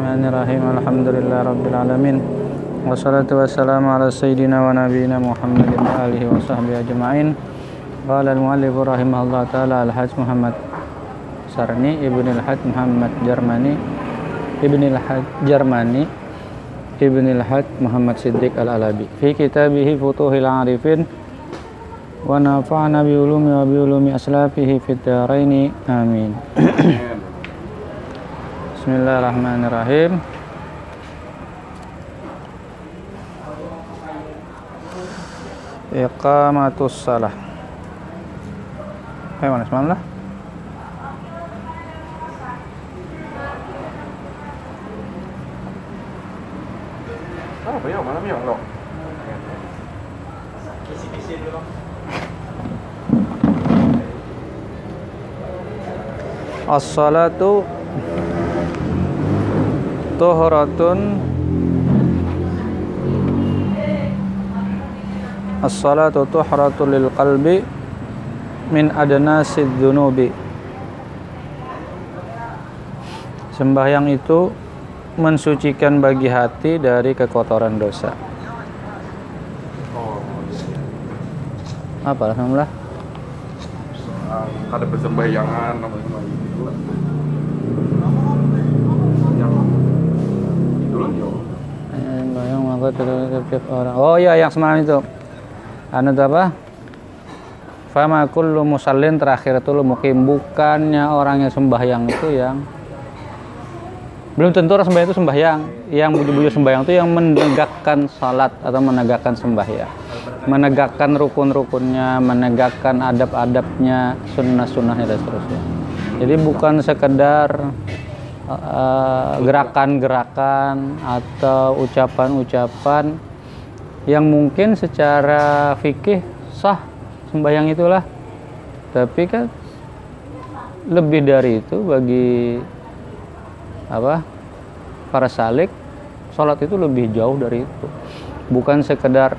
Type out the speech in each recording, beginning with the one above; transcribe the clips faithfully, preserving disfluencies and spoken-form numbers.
Bismillahirrahmanirrahim. Alhamdulillah rabbil alamin. Wassalatu wassalamu ala sayyidina wa nabiyina Muhammadin wa alihi wa sahbihi ajma'in. Qala al-mu'allif rahimahullah ta'ala al-Hajj Muhammad Sarni Ibn al-Hajj Muhammad Jarmani Ibn al-Hajj Jarmani Ibn al-Hajj Muhammad Siddiq al-Alabi fi kitabihi Futuhil Arifin wa nafa'na bi ulumi wa bi ulumi aslafihi fid dharaini amin. Bismillahirrahmanirrahim. Iqamatus salah. Ayo mana semalam lah. Apa ya malam ya lo? Kisi-kisi dulu. As-salatu tuhratun As-salatu tuhratu lil qalbi min adnasid dzunubi. Sembahyang itu mensucikan bagi hati dari kekotoran dosa. Oh, Apa alhamdulillah? ada persembahyangan namanya gitu lah. Yang itu lah yo. Sembahyang maka terhadap orang. Oh iya yang semalam itu. Anu itu apa? Fama kullu musallin terakhir itu lu mukim, bukannya orang yang sembahyang itu yang belum tentu orang sembahyang itu sembahyang. Yang buju-buju sembahyang itu yang menegakkan salat atau menegakkan sembahyang, menegakkan rukun-rukunnya, menegakkan adab-adabnya, sunnah-sunnahnya dan seterusnya. Jadi bukan sekedar uh, gerakan-gerakan atau ucapan-ucapan yang mungkin secara fikih sah sembahyang itulah, tapi kan lebih dari itu bagi apa para salik, sholat itu lebih jauh dari itu. Bukan sekedar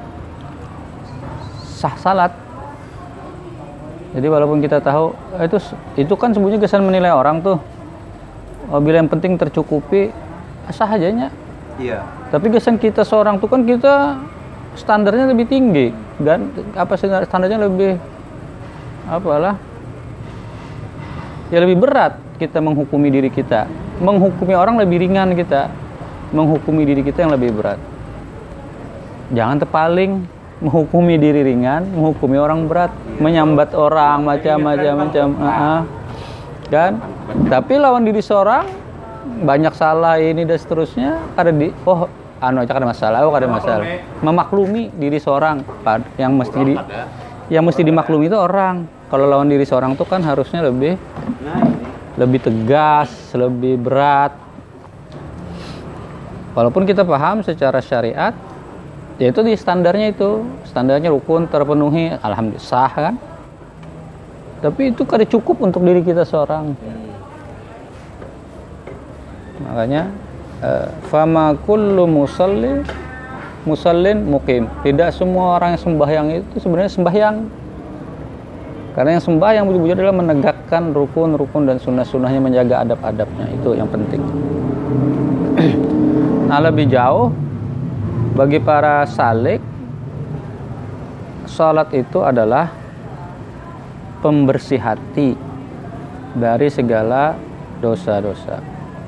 sah salat. Jadi walaupun kita tahu itu itu kan sebenarnya kesan menilai orang tuh. Bila yang penting tercukupi sah ajanya. Iya. Tapi kesan kita seorang tuh kan kita standarnya lebih tinggi, dan apa standarnya lebih apalah? Ya lebih berat kita menghukumi diri kita. Menghukumi orang lebih ringan kita. Menghukumi diri kita yang lebih berat. Jangan terpaling, menghukumi diri ringan, menghukumi orang berat, iya, menyambat orang macam-macam macam. Uh-uh. Kan? Tapi lawan diri seorang banyak salah ini dan seterusnya, ada di oh anu aja ada masalah, oh ada masalah. Memaklumi diri seorang yang mesti di yang mesti dimaklumi itu orang. Kalau lawan diri seorang tuh kan harusnya lebih lebih tegas, lebih berat. Walaupun kita paham secara syariat, yaitu di standarnya itu, standarnya rukun terpenuhi, alhamdulillah sah kan. Tapi itu kada cukup untuk diri kita seorang. Makanya fama kullu musalli musallin muqim. Tidak semua orang yang sembahyang itu sebenarnya sembahyang. Karena yang sembahyang betul-betul adalah menegakkan rukun-rukun dan sunnah-sunnahnya, menjaga adab-adabnya. Itu yang penting. Nah, lebih jauh bagi para salik, salat itu adalah pembersih hati dari segala dosa-dosa.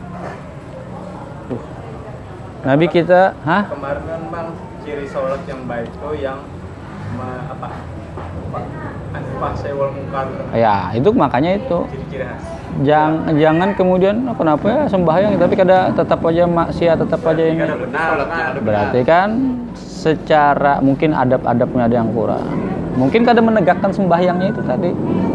Nabi kita, hah? Kemarin kan Bang, ciri sholat yang baik itu yang me, apa? Anfasai wal munkar. Ya, itu makanya itu. Ciri-ciri khas. Jangan jangan kemudian oh, kenapa ya sembahyang tapi kada tetap aja maksiat, tetap aja ini. Berarti kan secara mungkin adab-adabnya ada yang kurang. Mungkin kada menegakkan sembahyangnya itu tadi.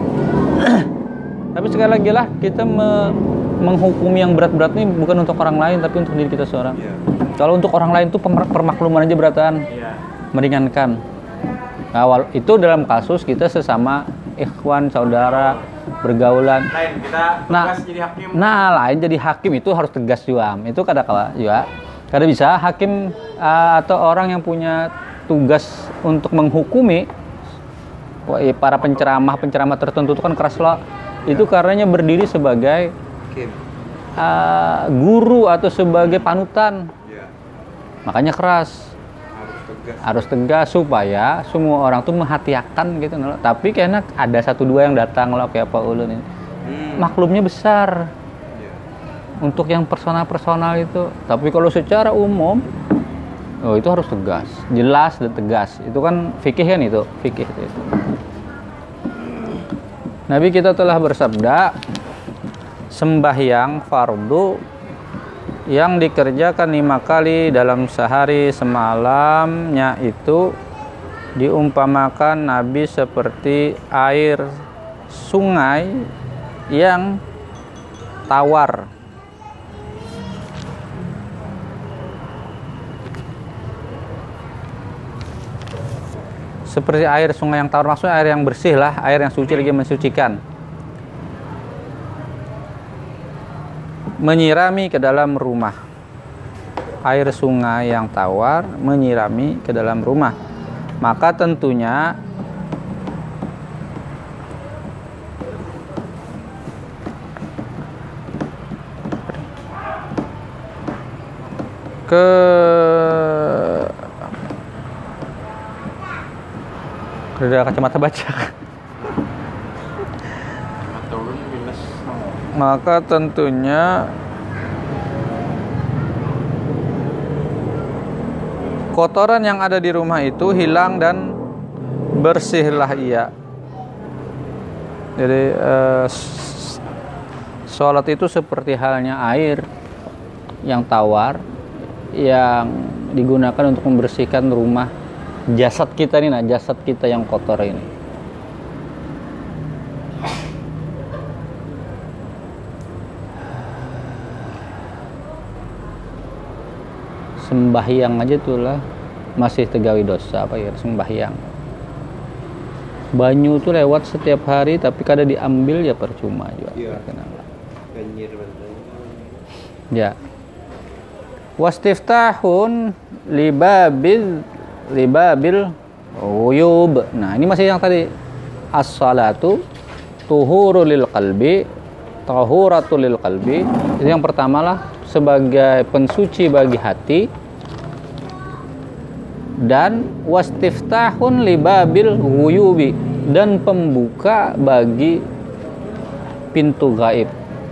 Tapi sekali lagi lah kita me, menghukumi yang berat-berat ini bukan untuk orang lain tapi untuk diri kita seorang. Yeah. Kalau untuk orang lain itu permakluman aja beratan, yeah, meringankan. Nah, itu dalam kasus kita sesama ikhwan, saudara, bergaulan. Lain kita nah, jadi hakim. Nah, lain jadi hakim itu harus tegas juga. Itu kada kalah juga. Kada bisa hakim uh, atau orang yang punya tugas untuk menghukumi para penceramah-penceramah tertentu itu kan keras lah. Itu karenanya berdiri sebagai hakim. uh, guru atau sebagai panutan. Iya. Makanya keras. Harus tegas. Harus tegas supaya semua orang tuh menghatiakan gitu loh. Tapi kayaknya ada satu dua yang datang loh kayak Pak Ulun ini. Hmm. Maklumnya besar Iya. untuk yang personal-personal itu. Tapi kalau secara umum, oh itu harus tegas, jelas dan tegas. Itu kan fikih kan itu, fikih itu. Nabi kita telah bersabda, sembahyang fardu yang dikerjakan lima kali dalam sehari semalamnya itu diumpamakan Nabi seperti air sungai yang tawar. Seperti air sungai yang tawar, maksudnya air yang bersih lah, air yang suci lagi mensucikan. Menyirami ke dalam rumah. Air sungai yang tawar menyirami ke dalam rumah. Maka tentunya ke ada kacamata baca. Atau lu minus. Maka tentunya kotoran yang ada di rumah itu hilang dan bersihlah ia. Jadi eh, sholat itu seperti halnya air yang tawar yang digunakan untuk membersihkan rumah jasad kita nih, nah jasad kita yang kotor ini. Sembahyang aja tuh lah masih tegawi dosa apa ya sembahyang. Banyu tuh lewat setiap hari tapi kada diambil ya percuma juga. Iya. Banjir Ya. Wastiftahun libabil libabil uyub. Nah, ini masih yang tadi. As-salatu tuhuru lil qalbi, tahuratu lil qalbi. Itu yang pertama lah sebagai pensuci bagi hati. Dan wastiftahun libabil uyubi, dan pembuka bagi pintu gaib.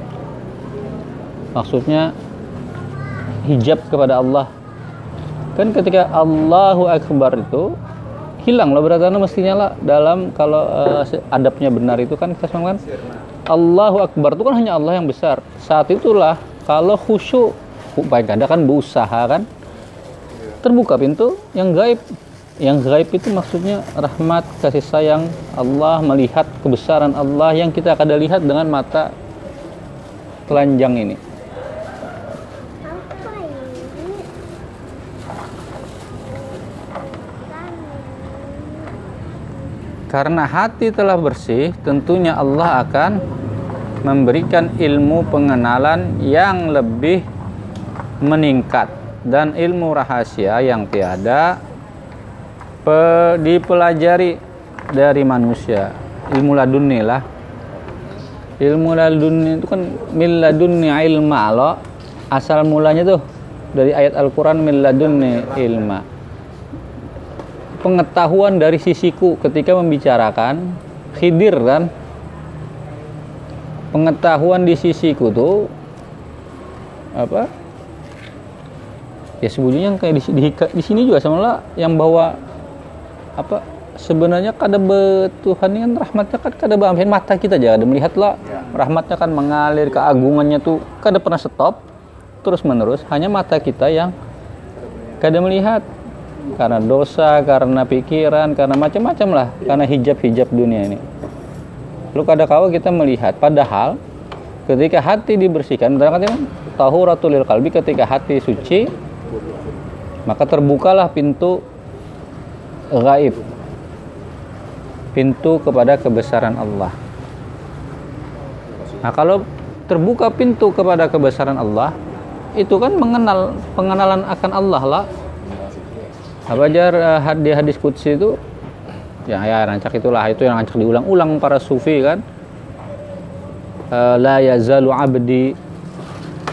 Maksudnya hijab kepada Allah. Kan ketika Allahu Akbar itu hilang loh berarti mestinya lah dalam kalau uh, adabnya benar itu kan kita kan Allahu Akbar itu kan hanya Allah yang besar. Saat itulah kalau khusyuk baik ada kan berusaha kan terbuka pintu yang gaib. Yang gaib itu maksudnya rahmat, kasih sayang Allah, melihat kebesaran Allah yang kita akan lihat dengan mata telanjang ini. Karena hati telah bersih, tentunya Allah akan memberikan ilmu pengenalan yang lebih meningkat dan ilmu rahasia yang tiada pe- dipelajari dari manusia. Ilmu ladunni lah. Ilmu ladunni itu kan min ladunni ilma Allah. Asal mulanya tuh dari ayat Al-Quran min ladunni ilma. Pengetahuan dari sisiku ketika membicarakan Khidir kan, pengetahuan di sisiku tuh apa ya sebetulnya kayak di, di, di sini juga sama lah yang bawa apa sebenarnya kada be Tuhan ini kan rahmatnya kan kada be mata kita aja ada melihat lah rahmatnya kan mengalir, keagungannya tuh kada pernah stop terus menerus, hanya mata kita yang kada melihat karena dosa, karena pikiran, karena macam-macam lah, karena hijab-hijab dunia ini. Lalu kadang-kala kita melihat, padahal ketika hati dibersihkan, kan tahuratul lil qalbi, ketika hati suci, maka terbukalah pintu gaib, pintu kepada kebesaran Allah. Nah kalau terbuka pintu kepada kebesaran Allah, itu kan mengenal pengenalan akan Allah lah. Apa ajar uh, di hadis qudsi itu ya ya rancak itulah itu yang rancak diulang-ulang para sufi kan uh, la yazalu abdi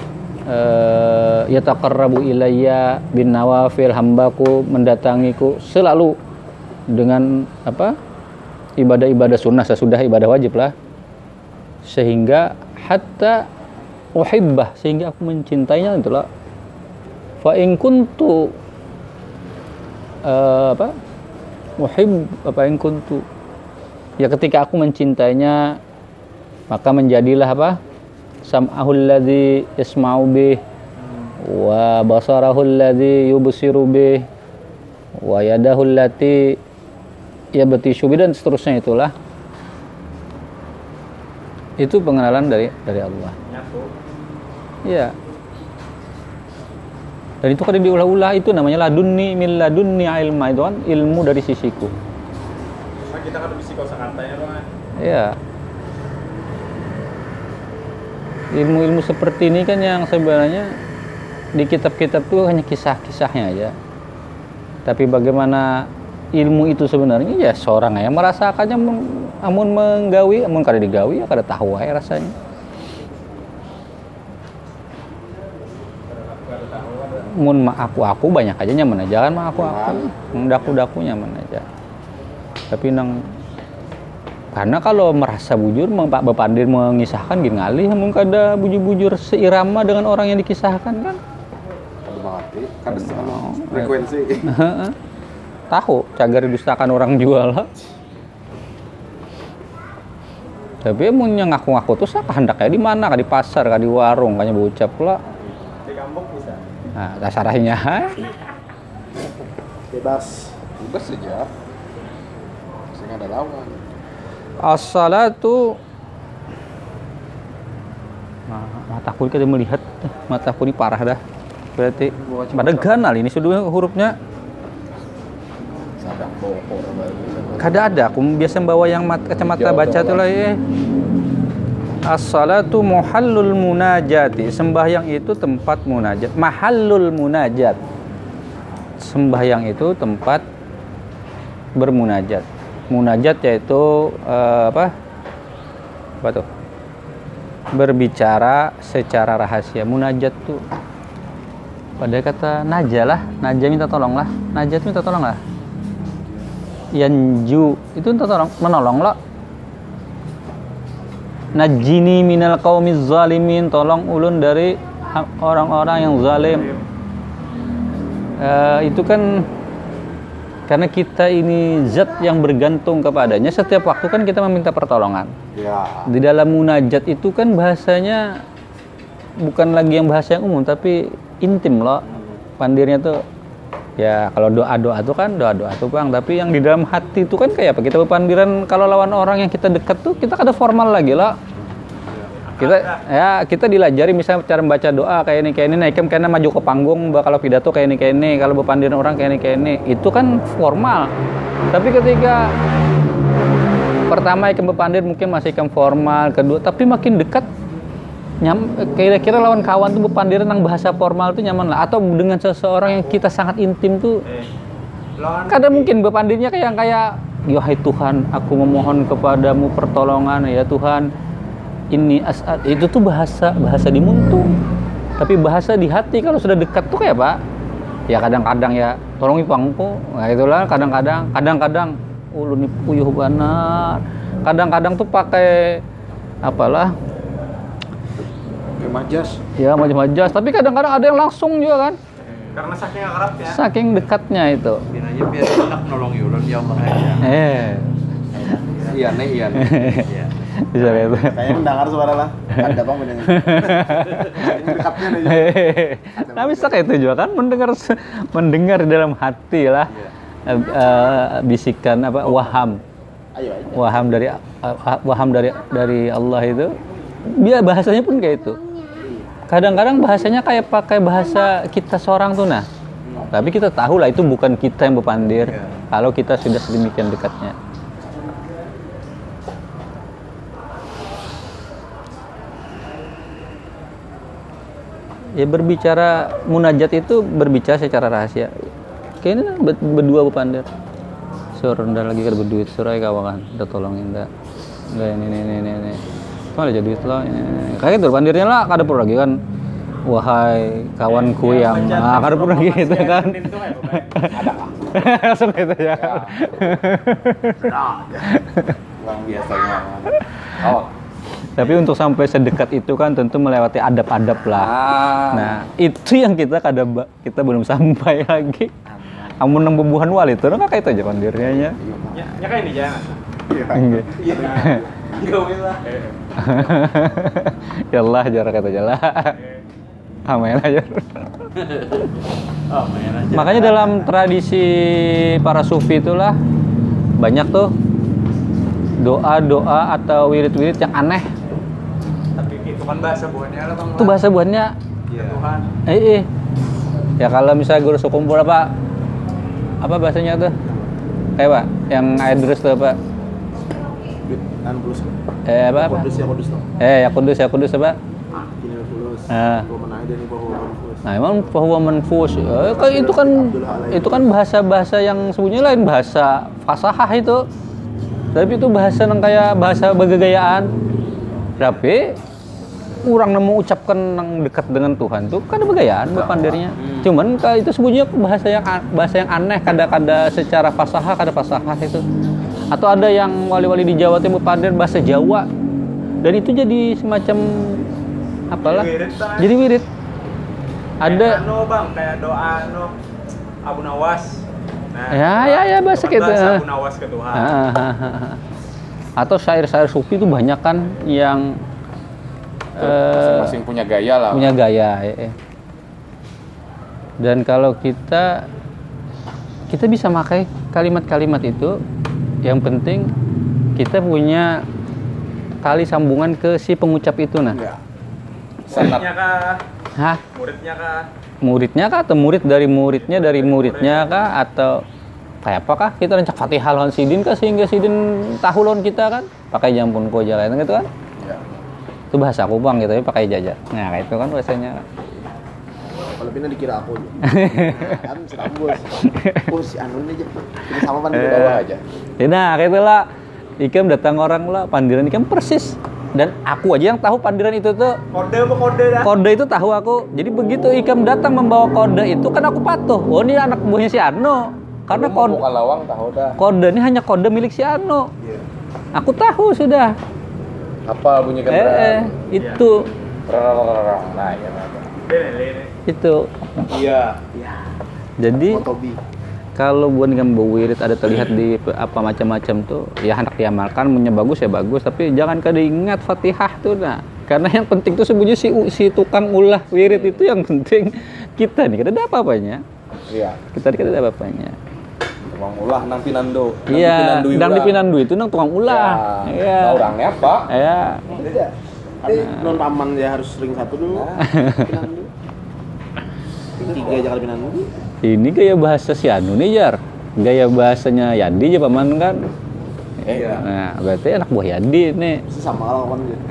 uh, yataqarrabu ilayya bin nawafil, hambaku mendatangiku selalu dengan apa? Ibadah-ibadah sunnah sesudah ibadah wajib lah. Sehingga hatta uhibbah, sehingga aku mencintainya itulah. Fa in kuntu uh, apa? Uhib apa in kuntu, ya ketika aku mencintainya maka menjadilah apa? Sam'ahul ladzi yasma'u bih wa basarahul ladzi yubsiru bih wa yadahul lati yabtishu bih, dan seterusnya. Itulah itu pengenalan dari dari Allah. Iya. Dan itu kan diulah-ulah, itu namanya ladunni min ladunni ilma, itu kan ilmu dari sisiku. Nah, kita kan bisa kosakatanya Bang. Iya. Ilmu-ilmu seperti ini kan yang sebenarnya di kitab-kitab itu hanya kisah-kisahnya aja. Tapi bagaimana ilmu itu sebenarnya, ya seorang yang merasakannya, amun menggawi, amun kada digawi ya kada tahu aja rasanya. Mun ma aku aku banyak aja nyaman aja kan, ma aku aku daku daku nyaman aja. Tapi nang karena kalau merasa bujur, Pak Bepandir mengisahkan gini ngalih, mun kada bujur-bujur seirama dengan orang yang dikisahkan kan. Kada mengerti, kada sama frekuensi. Tahu cagar didustakan orang jual. Tapi mun yang ngaku-ngaku tuh sah hendaknya di mana? Kah di pasar, kah di warung, kah bocap pula. Di kampung bisa. Nah, dasarnya Bebas. Bebas saja. Sehingga ada lawan. As-salatu, nah, mataku ini kada melihat, mataku ini parah dah. Berarti pada ganal ini sudah hurufnya. Sadang bohong. Kada ada, aku biasa bawa yang mat, kacamata baca tuh lah ya. As-salatu muhallul munajati, sembahyang itu tempat munajat. Mahallul munajat, sembahyang itu tempat bermunajat. Munajat yaitu uh, apa? Apa tuh? Berbicara secara rahasia. Munajat tuh pada kata naja lah, naja minta tolong lah, najat minta tolong lah. Yanju itu minta tolong, menolong lah. Najini minal qaumiz zalimin, tolong ulun dari orang-orang yang zalim. Uh, itu kan karena kita ini zat yang bergantung kepadanya, setiap waktu kan kita meminta pertolongan. Ya. Di dalam munajat itu kan bahasanya bukan lagi yang bahasa yang umum, tapi intim loh. Pandirnya tuh ya kalau doa-doa tuh kan doa-doa tuh Bang, tapi yang di dalam hati itu kan kayak apa? Kita berpandiran kalau lawan orang yang kita dekat tuh kita kada formal lagi lah. Kita ya kita dilajari misalnya cara membaca doa kayak ini kayak ini, naikkan karena maju ke panggung, kalau pidato kayak ini kayak ini, kalau berpandiran orang kayak ini kayak ini, itu kan formal. Tapi ketika pertama ikan berpandir mungkin masih ikan formal, kedua tapi makin dekat nyam, kira-kira lawan kawan tuh berpandiran yang bahasa formal tuh nyaman lah, atau dengan seseorang yang kita sangat intim tuh kadang mungkin berpandirnya kayak kayak ya hai Tuhan, aku memohon kepadamu pertolongan ya Tuhan, ini as'ad, itu tuh bahasa bahasa di muntung. Tapi bahasa di hati kalau sudah dekat tuh kayak Pak, ya kadang-kadang ya tolong ipangku, nah itulah kadang-kadang kadang-kadang ulun puyuh banar, kadang-kadang tuh pakai apalah Majas. ya majas-majas, tapi kadang-kadang ada yang langsung juga kan, Karena saking akrabnya. saking dekatnya itu. Biar aja biar enak nolong ulun dia Allah aja. Eh Iya nih, iya. Iya. bisa gitu. Kayaknya mendengar suara lah. Ada bang mendengar. Dekatnya nih. Nah bisa kayak itu juga kan, mendengar mendengar di dalam hati lah. Uh, uh, bisikan apa waham. Ayo ayo. Waham dari uh, waham dari dari Allah itu. Dia bahasanya pun kayak itu. Kadang-kadang bahasanya kayak pakai bahasa kita seorang tuh nah. Tapi kita tahu lah itu bukan kita yang berpandir. Kalau kita sudah sedemikian dekatnya. Ya berbicara munajat itu berbicara secara rahasia. Kayaknya berdua berpandir. Sur, udah lagi kada berduit, sur aja kawan, udah tolongin dah. Enggak ini ini ini ini. Tuh ada jadi duit lo. Kayak gitu pandirnya lah kada perlu lagi kan. wahai kawanku yang nah, kan pernah gitu kan. Ada kah? Langsung gitu ya. Orang biasanya. Oh. Tapi untuk sampai sedekat itu kan tentu melewati adab-adab lah. Ah. Nah, itu yang kita kada kita belum sampai lagi. Amun nang bubuhan wali itu kan kayak itu aja pandirnya nya. Ya, ya kayak ini jangan. Iya. Iya. Enggak usah. Yalah jarak kata jalan. Amain aja. Oh, main aja. Makanya dalam tradisi para sufi itulah banyak tuh doa-doa atau wirid-wirid yang aneh. Tapi itu kan bahasa buahnya lah, Bang. Itu bahasa buahnya Iya. Tuhan. eh, eh. Ya kalau misalnya guru sekumpul apa apa bahasanya tuh? Kayak Pak, yang address tuh Pak. Kan plus. Eh apa apa? Kudus ya kudus tuh. Eh ya kudus ya kudus apa? Ah, ini fulus. Ah. Gua mana aja nih bahwa fulus. Nah emang bahwa manfus eh, kayak itu kan itu kan bahasa-bahasa yang sebenarnya lain bahasa fasahah itu. Tapi itu bahasa yang kayak bahasa begegayaan. Tapi orang nemu ucapkan yang dekat dengan Tuhan tuh kan ada begayaan pandirnya. Cuman kalau itu sebenarnya bahasa yang bahasa yang aneh kada-kada secara fasahah kada fasahah itu. Atau ada yang wali-wali di Jawa Timur pandir bahasa Jawa. Dan itu jadi semacam apalah? Jadi wirid, Bang. Jadi wirid. Ada Kayak anu, Bang, kayak doa anu Abu Nawas. Nah, Ya, ya, ya, bahasa itu kan gitu. bahasa Abu Nawas ke Tuhan. Ah, ah, ah, ah. Atau syair-syair sufi itu banyak kan yang eh, Masing-masing punya gaya lah. punya gaya. Ya, ya. Dan kalau kita kita bisa pakai kalimat-kalimat itu, yang penting kita punya tali sambungan ke si pengucap itu nah. Enggak. Muridnya kah? Hah? Muridnya kah? Muridnya kah atau murid dari muridnya dari muridnya kah atau kayak apa kah kita rencak Fatihah lawan Sidin kah sehingga Sidin tahu lawan kita kan pakai jampun ko jalan gitu kan Ya. itu bahasa aku bang gitu tapi pakai jajar nah kayak itu kan bahasanya Kalau Pina dikira aku. Kan sekarang bos. Bos anu ini aja. Ini sama pan di bawah aja. ya, nah kayak itulah Ikam datang orang lah pandiran Ikam persis dan aku aja yang tahu pandiran itu tuh Kode apa kode dah? kode itu tahu aku jadi begitu Ikam datang membawa kode itu kan aku patuh oh ini anak buahnya si Ano karena Lu kode mau buka lawang tahu dah. kode ini hanya kode milik si Ano Iya. aku tahu sudah Apa bunyi eh, kendaraan? eh itu Rararararang. Nah, ya. Ini, ini. itu Iya. Iya. jadi Motobi. kalau buat dengan wirid ada terlihat di apa macam-macam tuh ya hendak diamalkan punya bagus ya bagus tapi jangan kada ingat Fatihah tuh nah karena yang penting tuh sebenarnya si si tukang ulah wirid itu yang penting kita nih kita ada apa-apanya Iya. kita kita ada apa-apanya Tukang ulah nang pinando. Nang iya pinandui dan di ulah. Pinandu itu nang tukang ulah Ya. iya Nah, orangnya apa? iya Beda. Jadi non paman ya harus sering satu dulu. Pinandu. Tiga aja kali Pinandu. ini gaya bahasa si Anu nih Jar gaya bahasanya Yadi aja paman kan Eh, nah berarti anak buah Yadi nih Pasti sama kalau kawan dia.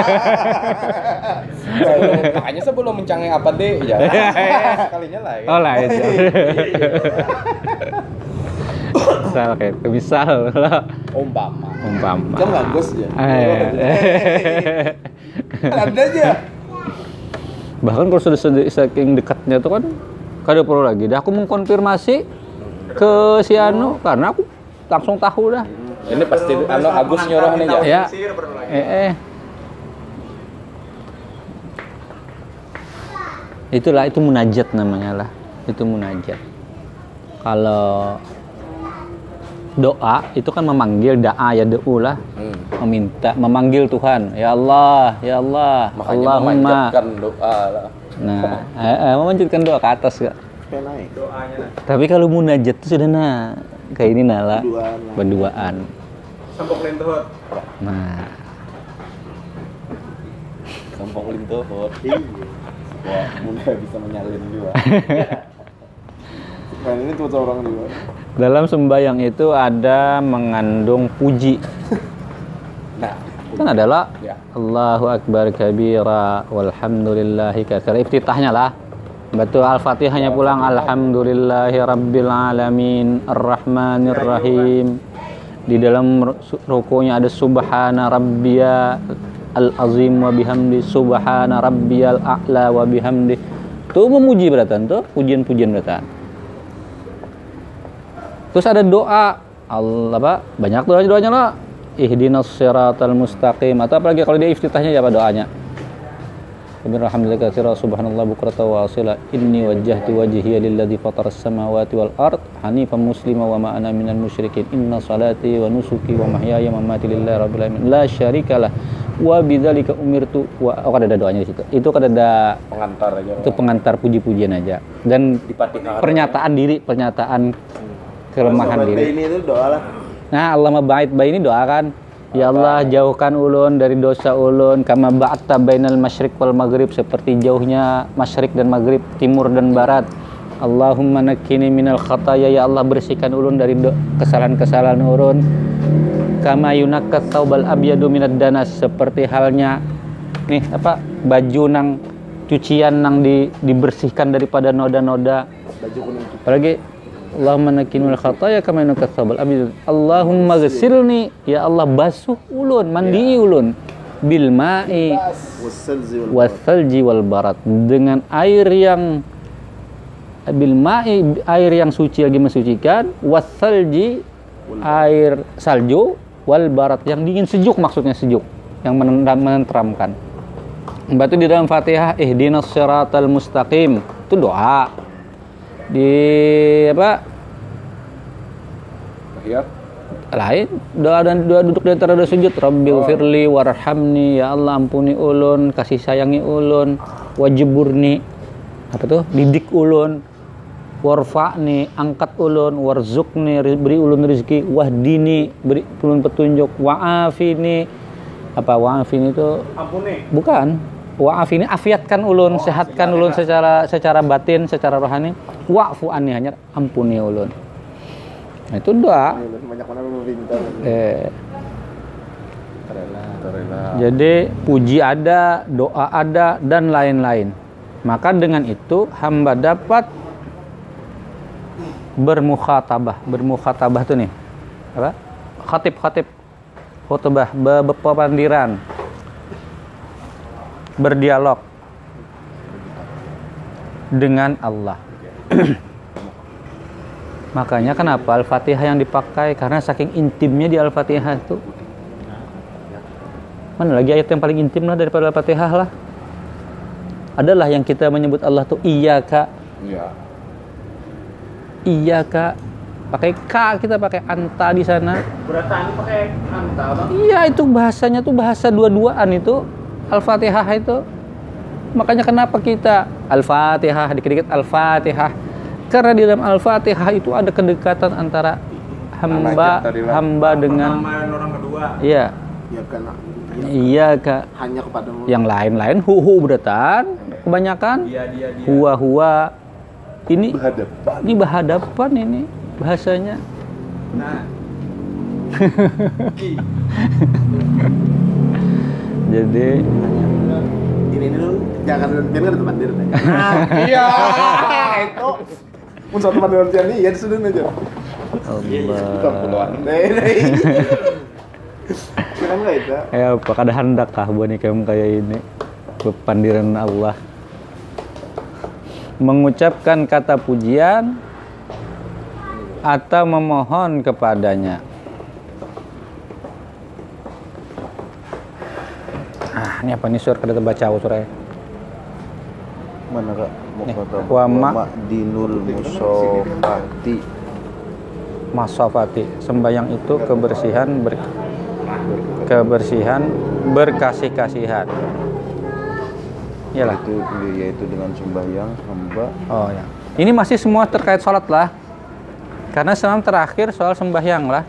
sebelum- makanya sebelum mencangeng apa deh ya. Sekalinya lah ya. oh lah ya misal kayak itu misal lah Umpama. umpama Kan nggak gos ya. Eh. Ada aja. bahkan kalau sudah sedi- saking dekatnya tuh kan kada perlu lagi dah aku mengkonfirmasi ke si Anu karena aku langsung tahu dah Ini pasti anu Agus nyuruh nih ya. Ya. Sihir perlu lagi. eh, eh. Itulah itu munajat namanya lah itu munajat kalau doa itu kan memanggil da'a ya doa lah Hmm. meminta memanggil Tuhan ya Allah ya Allah Makanya Allahumma memanjatkan doa lah. nah eh, eh, memanjatkan doa ke atas Kak. Supaya naik. Doanya nah. Tapi kalau munajat tuh sudah nah kayak ini nala Berduaan lah. berduaan Sempok lentuhut. nah Gampang lintuh. Iya. Wah, mudah bisa menyalin juga. Kan ini tuh orang juga. dalam sembahyang itu ada mengandung puji Nah, kan adalah ya. Allahu Akbar kabira walhamdulillahi katsira iftitahnya lah betul al-fatihahnya pulang alhamdulillahi rabbil alamin arrahmanir rahim di dalam rukunya ada subhana rabbiya al-azim wa bihamdi subhana rabbiyal a'la wa bihamdi. Tuh memuji beratan tuh, pujian-pujian beratan. Terus ada doa Allah apa? Banyak doa-doanya lah. Ihdinas siratal mustaqim atau apalagi kalau dia iftitahnya apa doanya? Alhamdulillah katsira subhanallah bukrata wa asila inni wajjahtu wajhiya lilladzi fataras samawati wal ard hanifan muslima wa ma ana minal musyrikin inna salati wa nusuki wa mahyaya wa mamati lillahi rabbil alamin la syarikalah wa bidzalika umirtu wa oh, ada doanya di situ. Itu kan ada pengantar aja. Itu pengantar puji-pujian aja dan pernyataan diri, pernyataan kelemahan Sobat diri. ini itu doa lah. Nah, Allahumma ba'id baini doakan. Ya Allah, jauhkan ulun dari dosa ulun kama ba'atta bainal masyriq wal maghrib seperti jauhnya masyriq dan maghrib, timur dan barat. Allahumma nakkini minal khataya ya Allah bersihkan ulun dari do- kesalahan-kesalahan ulun. Kama yunakkat taubal abyadu minad danas seperti halnya nih apa baju nang cucian nang di, dibersihkan daripada noda-noda. Baju kuning. Apalagi Allahumma nakinul khataya kama yunakkat thawbal abyad. Allahumma ghsilni ya Allah basuh ulun, mandi ulun bil ma'i wasalji wal barat dengan air yang bil ma'i air yang suci lagi mensucikan, wasalji air salju, wal barat yang dingin sejuk maksudnya sejuk yang menenteramkan. Berarti di dalam Fatihah ihdinas siratal mustaqim itu doa. Di apa Tahiyat lain doa dan doa duduk di antara dua sujud rabbighfirli warhamni ya Allah ampuni ulun kasih sayangi ulun wajburni apa tuh didik ulun warfa'ni angkat ulun warzuqni beri ulun rezeki wahdini beri ulun petunjuk wa'afini apa wa'afini itu Ampuni. bukan wa'afini afiatkan ulun, oh, sehatkan ulun secara secara batin, secara rohani. Wa'fu anni hanya ampuni ulun. Nah, itu doa. Banyak mana meminta. Eh, rela, rela. jadi puji ada, doa ada dan lain-lain. Maka dengan itu hamba dapat bermukhatabah. Bermukhatabah itu nih. Apa? Khatib-khatib. Khutbah, berpepandiran. Berdialog dengan Allah. Makanya kenapa Al-Fatihah yang dipakai? Karena saking intimnya di Al-Fatihah itu. Mana lagi ayat yang paling intim lah daripada Al-Fatihah lah? Adalah yang kita menyebut Allah tuh iyyaka. Iya. Iyyaka. Pakai K, kita pakai anta di sana. Berarti pakai anta, Bang. Iya, itu bahasanya tuh bahasa dua-duaan itu. Al-Fatihah itu. Makanya kenapa kita Al-Fatihah, dikit-dikit Al-Fatihah. Karena di dalam Al-Fatihah itu ada kedekatan antara hamba hamba dengan Nama orang kedua. iya. Ya karena Iya, Kak. hanya kepada Yang lain-lain hu-hu beratan kebanyakan. Dia dia dia. Huwa huwa. Ini Berhadapan. ini berhadapan ini bahasanya. Nah. Jadi ini dulu jangan biar kan teman dir. Iya. Itu pun satu teman dengan Tiani ya sudah aja. Bukan puluhan. Nei nei. Kira enggak itu? ya apa kada hendak kah buat nikam kayak ini pepandiran Allah mengucapkan kata pujian atau memohon kepadanya. Ah, ini apa nih sur kada terbaca surah. Mana kak? Nih, Mukhata wa ma- wa dinul musofati. Masafati, sembahyang itu kebersihan ber, kebersihan berkasih-kasihan. Iyalah. Itu yaitu dengan sembahyang hamba. Oh ya. Ini masih semua terkait sholat lah. Karena semalam terakhir soal sembahyang lah.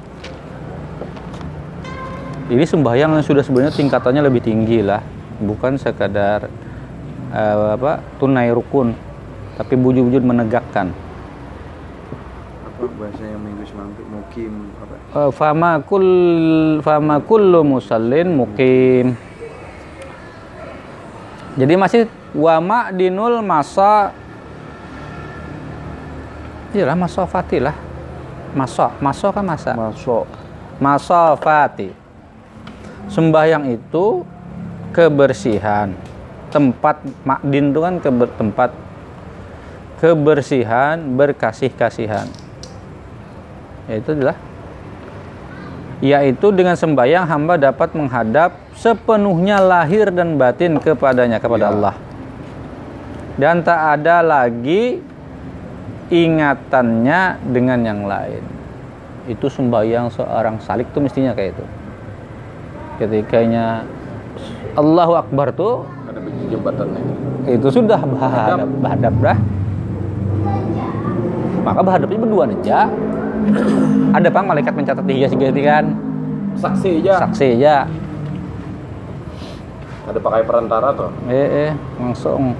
Ini sembahyang yang sudah sebenarnya tingkatannya lebih tinggi lah, bukan sekadar uh, apa tunai rukun, tapi wujud-wujud menegakkan. Apa bahasa yang minggu semalam itu mukim apa? Uh, fama kul fama kullu musallin mukim. Jadi masih wama dinul masa. Iyalah masafati lah. Masa, masa kan masa. Masuk. Masafati. Sembahyang itu kebersihan. Tempat makdin itu kan keber, tempat kebersihan, berkasih-kasihan. Yaitu adalah yaitu dengan sembahyang hamba dapat menghadap sepenuhnya lahir dan batin kepadanya, kepada Ya. Allah. Dan tak ada lagi ingatannya dengan yang lain. Itu sembahyang seorang salik tuh mestinya kayak itu. Ketikanya Allahu Akbar tuh Ada biji jembatannya. itu sudah bahadap, bahadap dah. Maka bahadapnya berdua aja. Ada pang malaikat mencatat di hias kan. Saksi aja. Saksi aja. Ada pakai perantara tuh. Eh, eh langsung.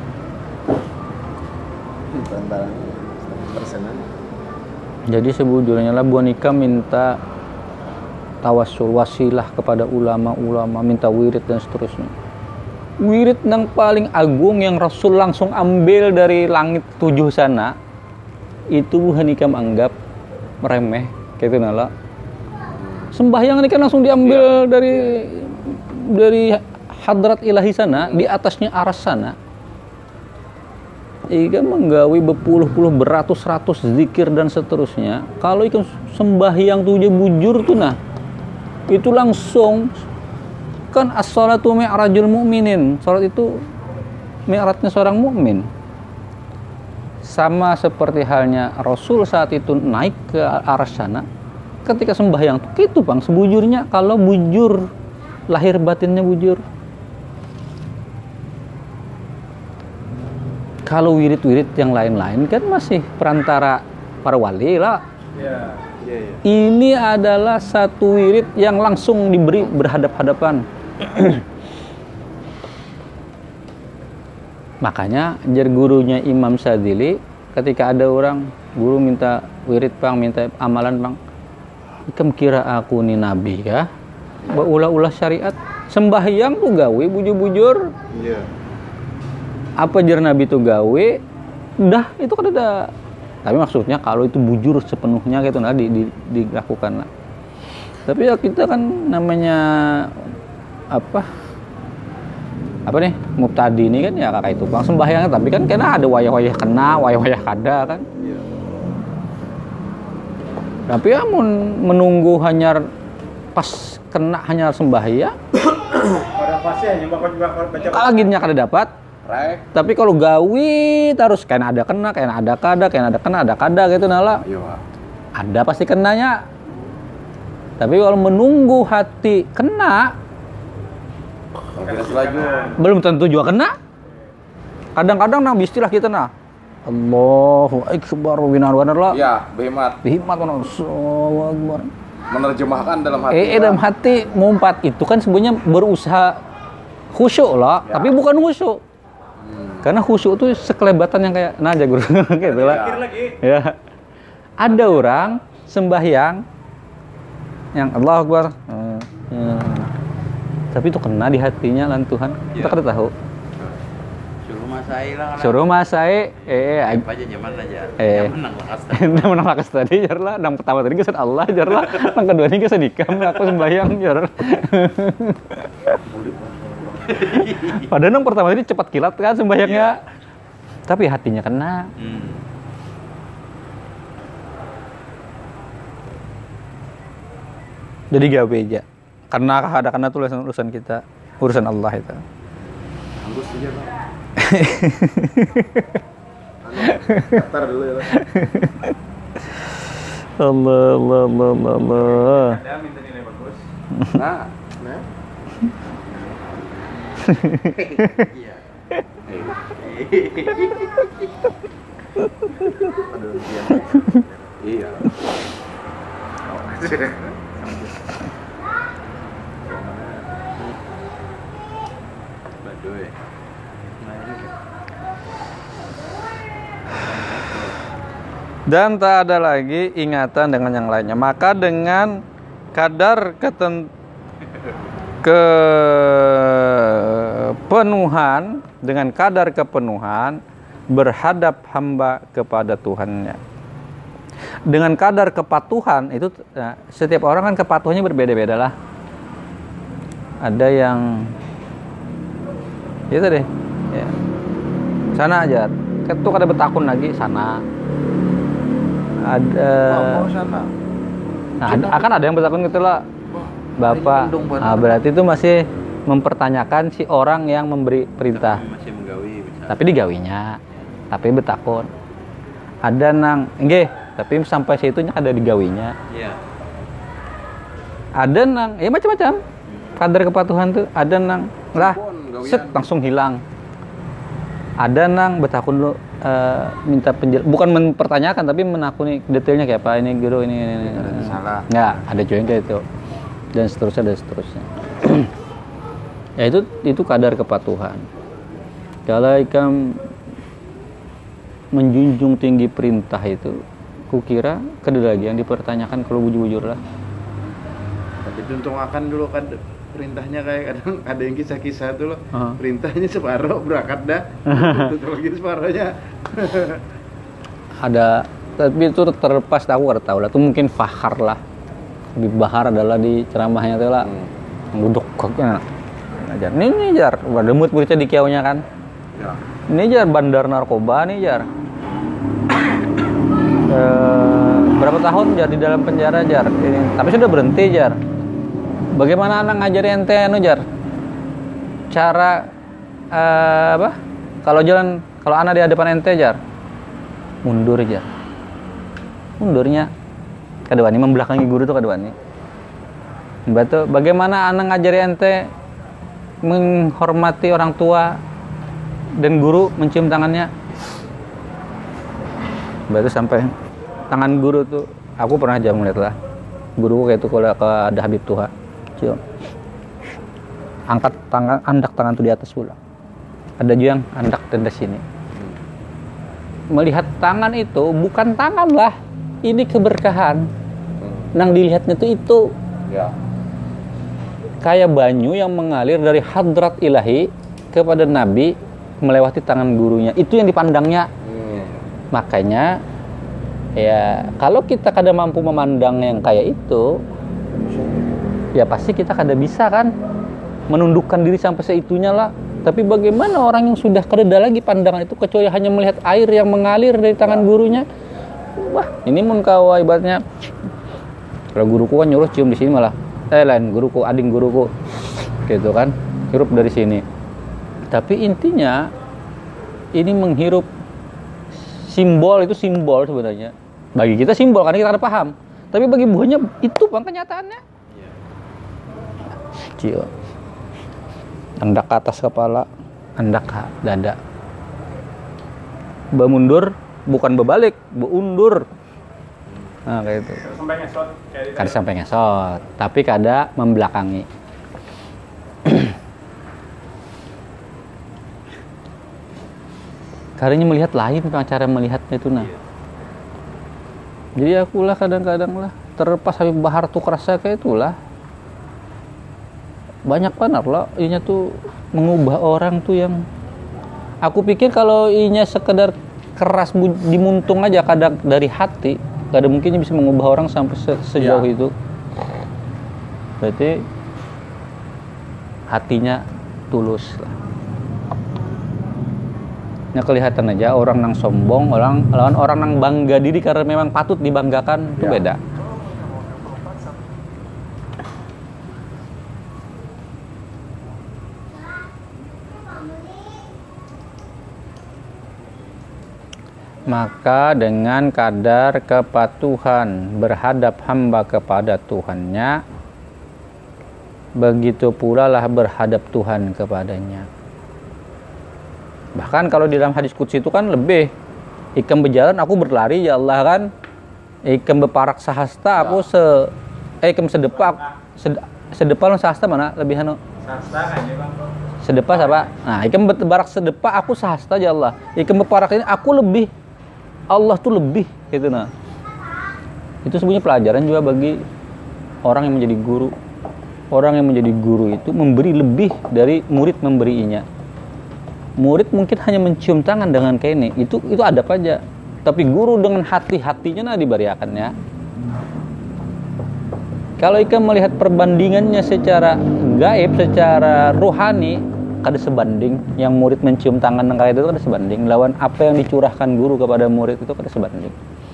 Perantara persenan. Jadi sebujurnya lah Bu Nika minta tawassul wasilah kepada ulama-ulama, minta wirid dan seterusnya. Wirid yang paling agung yang Rasul langsung ambil dari langit tujuh sana, itu Bu Nika anggap remeh kayak itu nala. Sembahyang ini kan langsung diambil dari dari hadrat ilahi sana, di atasnya aras sana. Ikan menggawi berpuluh-puluh beratus-ratus zikir dan seterusnya. Kalau ikan sembahyang tuh je bujur tuh nah, itu langsung kan as-salatu mi'rajul mu'minin. Salat itu mi'rajnya seorang mukmin. Sama seperti halnya Rasul saat itu naik ke arah sana. Ketika sembahyang tuh gitu Bang, sebujurnya kalau bujur lahir batinnya bujur. Kalau wirid-wirid yang lain-lain kan masih perantara para wali lah. Iya. Iya, iya. Ini adalah satu wirid yang langsung diberi berhadap-hadapan. Makanya jar gurunya Imam Sadili ketika ada orang guru minta wirid Bang, minta amalan Bang. Ikam kira aku ni nabi ya? Ulah-ulah syariat. Sembahyang tuh gawe bujur-bujur. Iya. Apa jar Nabi itu gawe, dah itu kan ada. Tapi maksudnya kalau itu bujur sepenuhnya gitu nah di, di, dilakukan lah. Tapi ya kita kan namanya apa? Apa nih? Mubtadi ini kan ya kakak itu Bang sembahyang, tapi kan kena ada wayah-wayah kena, wayah-wayah kada kan. Iya. Tapi ya mun menunggu hanya pas kena hanya sembahyang, Pada pasnya hanya bakal juga baca. aginnya kada dapat. Rek. Tapi kalau gawi terus kayak ada kena, kayak ada kada, kayak ada kena, ada kada gitu nala. Iya. Ada pasti kenanya. Tapi kalau menunggu hati kena, Kita selanjutnya. belum tentu juga kena. Kadang-kadang nah istilah kita nah. Allahu akbar winar-winar lah. Iya, behemat. Dihimat mana Allahu akbar. Menerjemahkan dalam hati. Eh, eh dalam hati mumpat itu kan sebenarnya berusaha khusyuk lah, Ya. tapi bukan khusyuk. Karena khusyuk itu sekelebatan yang kayak nah aja guru gitu lah. Pikir lagi. Ya. Ada orang sembahyang yang Allahu Akbar. Eh, eh. Tapi itu kena di hatinya lan Tuhan. Kita Ya. kada tahu. Suruh masai lah. Suruh masai eh eh Apa aja nyaman aja. Eh. Nyaman nang lakas. Nah, menang lakas tadi jar lah, nang pertama tadi kesan Allah jar lah, nang kedua ini kesan ikam, aku sembahyang jar. Padahal nang pertama tadi cepat kilat kan sembahyangnya, tapi hatinya kena. Hmm. Jadi gawe aja. Karena ada karena tuh urusan, urusan kita, urusan Allah itu. Ambus aja Bang. Daftar dulu ya Bang. Allah Allah Allah Allah. Allah. Ada minta nilai bagus. Nah, Nah, Iya. aduh dia. iya. Baduy. Dan tak ada lagi ingatan dengan yang lainnya. Maka dengan kadar keten kepenuhan, dengan kadar kepenuhan berhadap hamba kepada Tuhannya. Dengan kadar kepatuhan itu nah, setiap orang kan kepatuhannya berbeda-beda lah. Ada yang Itu deh. Ya. Sana aja. Ketuk ada betakun lagi sana. Ada. Mau sana. Nah, ada, akan ada yang betakun gitu lah. Bapak. Nah, berarti itu masih mempertanyakan si orang yang memberi perintah. Masih menggawi misalnya. Tapi digawinya. Tapi betakun. Ada nang, nggih, tapi sampai situnya ada digawinya. Iya. Ada nang, ya macam-macam. Kadar kepatuhan tuh ada nang lah, set langsung hilang. Ada nang betakun lu uh, minta penjel, bukan mempertanyakan tapi menakuni detailnya kayak apa ini guru ini ini. ini. Salah. Nggak, ada juga yang kayak itu. Dan seterusnya dan seterusnya. Ya itu itu kadar kepatuhan. Kalau ikam menjunjung tinggi perintah itu, kukira kedua lagi yang dipertanyakan kalau bujur-bujur lah. Tapi untung akan dulu kan perintahnya kayak kadang ada yang kisah-kisah tuh loh. Uh-huh. Perintahnya separuh berangkat dah. Tutup lagi separuhnya. Ada, tapi itu terlepas aku nggak tahu lah. Itu mungkin fahar lah. Lebih bahar adalah di ceramahnya itu lah. Hmm. Duduk koknya. Ajar. Ini nih jar, ada mood muridnya di kiaunya kan. Ya. Ini jar bandar narkoba nih jar. E, berapa tahun jar di dalam penjara jar? Ini, tapi sudah berhenti jar. Bagaimana anak ngajari ente anu jar? Cara e, apa? Kalau jalan, kalau anak di hadapan ente jar, mundur jar. Mundurnya kedua ini membelakangi guru tuh kedua ini. Betul. Bagaimana anak ngajari ente menghormati orang tua dan guru mencium tangannya? Baru sampai tangan guru tuh, aku pernah aja melihat lah. Guruku kayak itu kalau ke ada Habib Tuha, cium, angkat tangan, andak tangan tuh di atas pula. Ada juga yang andak di sini. Melihat tangan itu bukan tangan lah, ini keberkahan. Nang dilihatnya tuh itu. Ya. Kayak banyu yang mengalir dari hadrat ilahi kepada Nabi melewati tangan gurunya. Itu yang dipandangnya. Hmm. Makanya ya kalau kita kada mampu memandang yang kayak itu, ya pasti kita kada bisa kan menundukkan diri sampai seitunya lah. Tapi bagaimana orang yang sudah kada lagi pandangan itu kecuali hanya melihat air yang mengalir dari tangan gurunya? Wah, ini mun kawa ibaratnya. Kalau guruku kan nyuruh cium di sini malah eh lain guruku, ading guruku gitu kan, hirup dari sini. Tapi intinya ini menghirup simbol, itu simbol sebenarnya. Bagi kita simbol karena kita ada paham. Tapi bagi buahnya itu bang kenyataannya. Cio. Andak ke atas kepala, andak ke dada. Bemundur bukan berbalik, beundur. Nah kayak itu. Sampai ngesot kayak Kada sampai ngesot, tapi kada membelakangi. Karena melihat lain cara melihatnya itu nah. Jadi akulah kadang-kadang lah terlepas Habib Bahar tuh kerasa kayak itulah. Banyak banget lah inya tuh mengubah orang tuh yang aku pikir kalau inya sekedar keras dimuntung aja kadang dari hati. Gak ada mungkin bisa mengubah orang sampai se- sejauh ya. Itu. Berarti hatinya tulus lah. Nah kelihatan aja orang nang sombong, orang lawan orang nang bangga diri karena memang patut dibanggakan itu ya. Beda. Maka dengan kadar kepatuhan berhadap hamba kepada Tuhannya, begitu pula lah berhadap Tuhan kepadanya. Bahkan kalau di dalam hadis qudsi itu kan lebih, ikam berjalan aku berlari ya Allah kan, ikam beparak sahasta aku se eh ikam sedepak sed, sedepak sahasta mana lebih anu sahasta kan ya bang. Sedepak apa? Nah ikam beparak sedepak aku sahasta ya Allah, ikam beparak ini aku lebih, Allah tuh lebih gitu nah. Itu sebenarnya pelajaran juga bagi orang yang menjadi guru. Orang yang menjadi guru itu memberi lebih dari murid memberinya. Murid mungkin hanya mencium tangan dengan kayak ini, itu itu ada aja. Tapi guru dengan hati-hatinya nah diberiakannya. Kalau ikan melihat perbandingannya secara gaib, secara rohani, kada sebanding. Yang murid mencium tangan nang itu kada sebanding lawan apa yang dicurahkan guru kepada murid itu kada sebanding.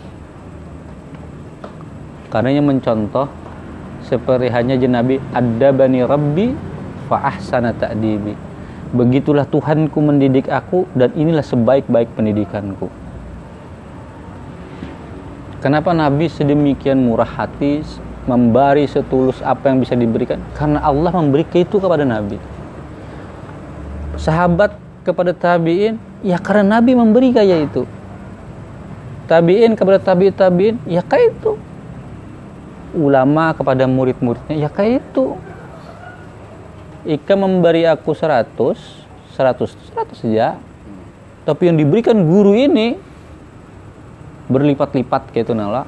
Karenanya mencontoh seperti hanya Nabi adabani rabbi fa ahsana ta'dibi. Begitulah Tuhanku mendidik aku dan inilah sebaik-baik pendidikanku. Kenapa Nabi sedemikian murah hati memberi setulus apa yang bisa diberikan? Karena Allah memberi itu kepada Nabi. Sahabat kepada tabi'in, ya karena Nabi memberi kayak itu. Tabi'in kepada tabi'in tabi'in, ya kayak itu. Ulama kepada murid-muridnya, ya kayak itu. Ika memberi aku seratus, seratus, seratus saja. Tapi yang diberikan guru ini berlipat-lipat kayak itu nala.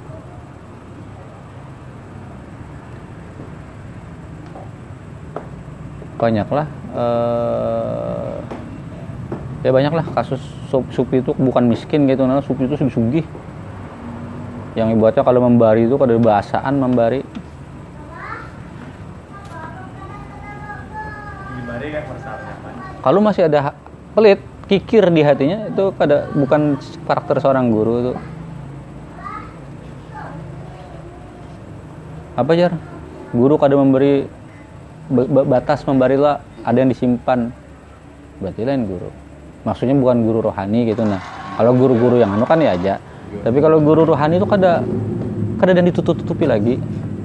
Banyaklah uh, ya banyaklah kasus Supi itu bukan miskin gitu nala, Supi itu sugih-sugih. Yang ibaratnya kalau membari itu kada bahasaan membari. Dibari kan masalahnya kan. Kalau masih ada pelit, kikir di hatinya itu kada bukan karakter seorang guru itu. Apa jar? Guru kada memberi batas membarilah, ada yang disimpan. Berarti lain guru. Maksudnya bukan guru rohani gitu nah. Kalau guru-guru yang anu kan ya aja. Tapi kalau guru rohani itu kada kada dan ditutup-tutupi lagi.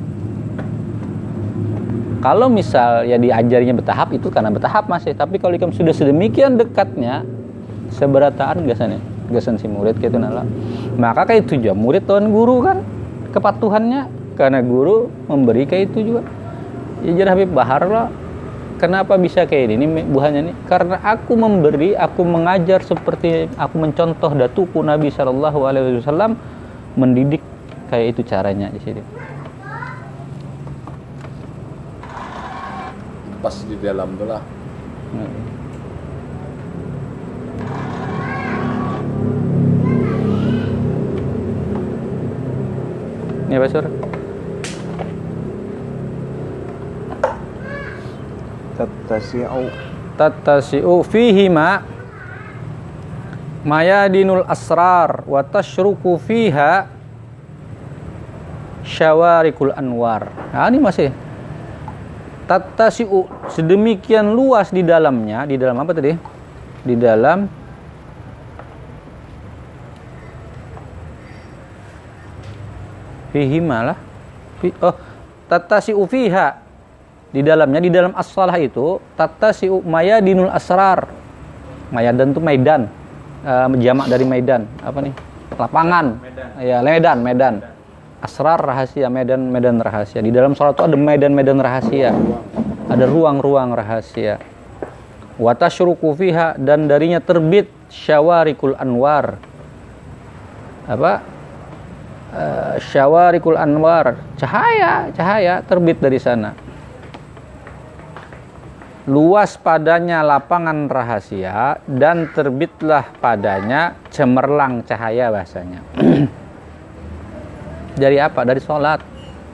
Kalau misal ya diajarinya bertahap itu karena bertahap masih. Tapi kalau ikam sudah sedemikian dekatnya, seberataan gasannya, gasan si murid gitu nala. Maka kayak itu juga murid tuan guru kan kepatuhannya karena guru memberi kayak itu juga. Ya jadi Habib Bahar lah. Kenapa bisa kayak ini buahnya nih? Karena aku memberi, aku mengajar seperti aku mencontoh datuku Nabi Shallallahu Alaihi Wasallam mendidik kayak itu caranya di sini. Pas di dalam tuh lah. Hmm. Ini apa sur? Tattasi'u Tattasi'u fihi ma mayadinul asrar wa tashruku fiha syawarikul anwar. Nah ini masih tattasi'u sedemikian luas di dalamnya. Di dalam apa tadi? Di dalam fihi malah oh tattasi'u fiha di dalamnya, di dalam as-salah itu tattasi'u mayadinul asrar. Mayadan itu medan, uh, jamak dari medan apa nih, lapangan medan. Ya medan medan asrar rahasia, medan medan rahasia. Di dalam salat itu ada medan-medan rahasia, ada ruang-ruang rahasia. Wa tasyruku fiha dan darinya terbit syawarikul anwar. Apa uh, syawarikul anwar, cahaya cahaya terbit dari sana. Luas padanya lapangan rahasia dan terbitlah padanya cemerlang cahaya bahasanya. Dari apa? Dari sholat.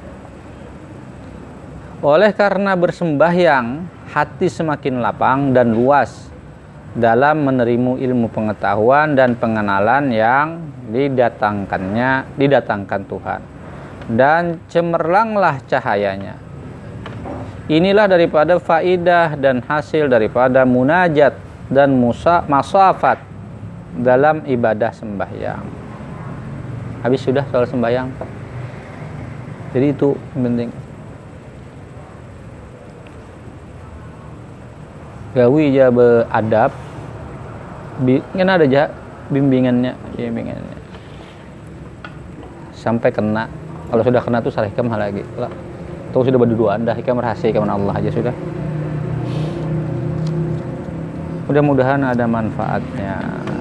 Oleh karena bersembahyang, hati semakin lapang dan luas dalam menerima ilmu pengetahuan dan pengenalan yang didatangkannya, didatangkan Tuhan. Dan cemerlanglah cahayanya. Inilah daripada faidah dan hasil daripada munajat dan musa, masafat dalam ibadah sembahyang. Habis sudah soal sembahyang. Jadi itu penting. Gawi aja beradab. Kan ada aja bimbingannya, bimbingannya. Sampai kena. Kalau sudah kena tuh salihkan hal lagi. Atau sudah berduaan dah hikam rahasia kepada Allah aja sudah. Mudah-mudahan ada manfaatnya.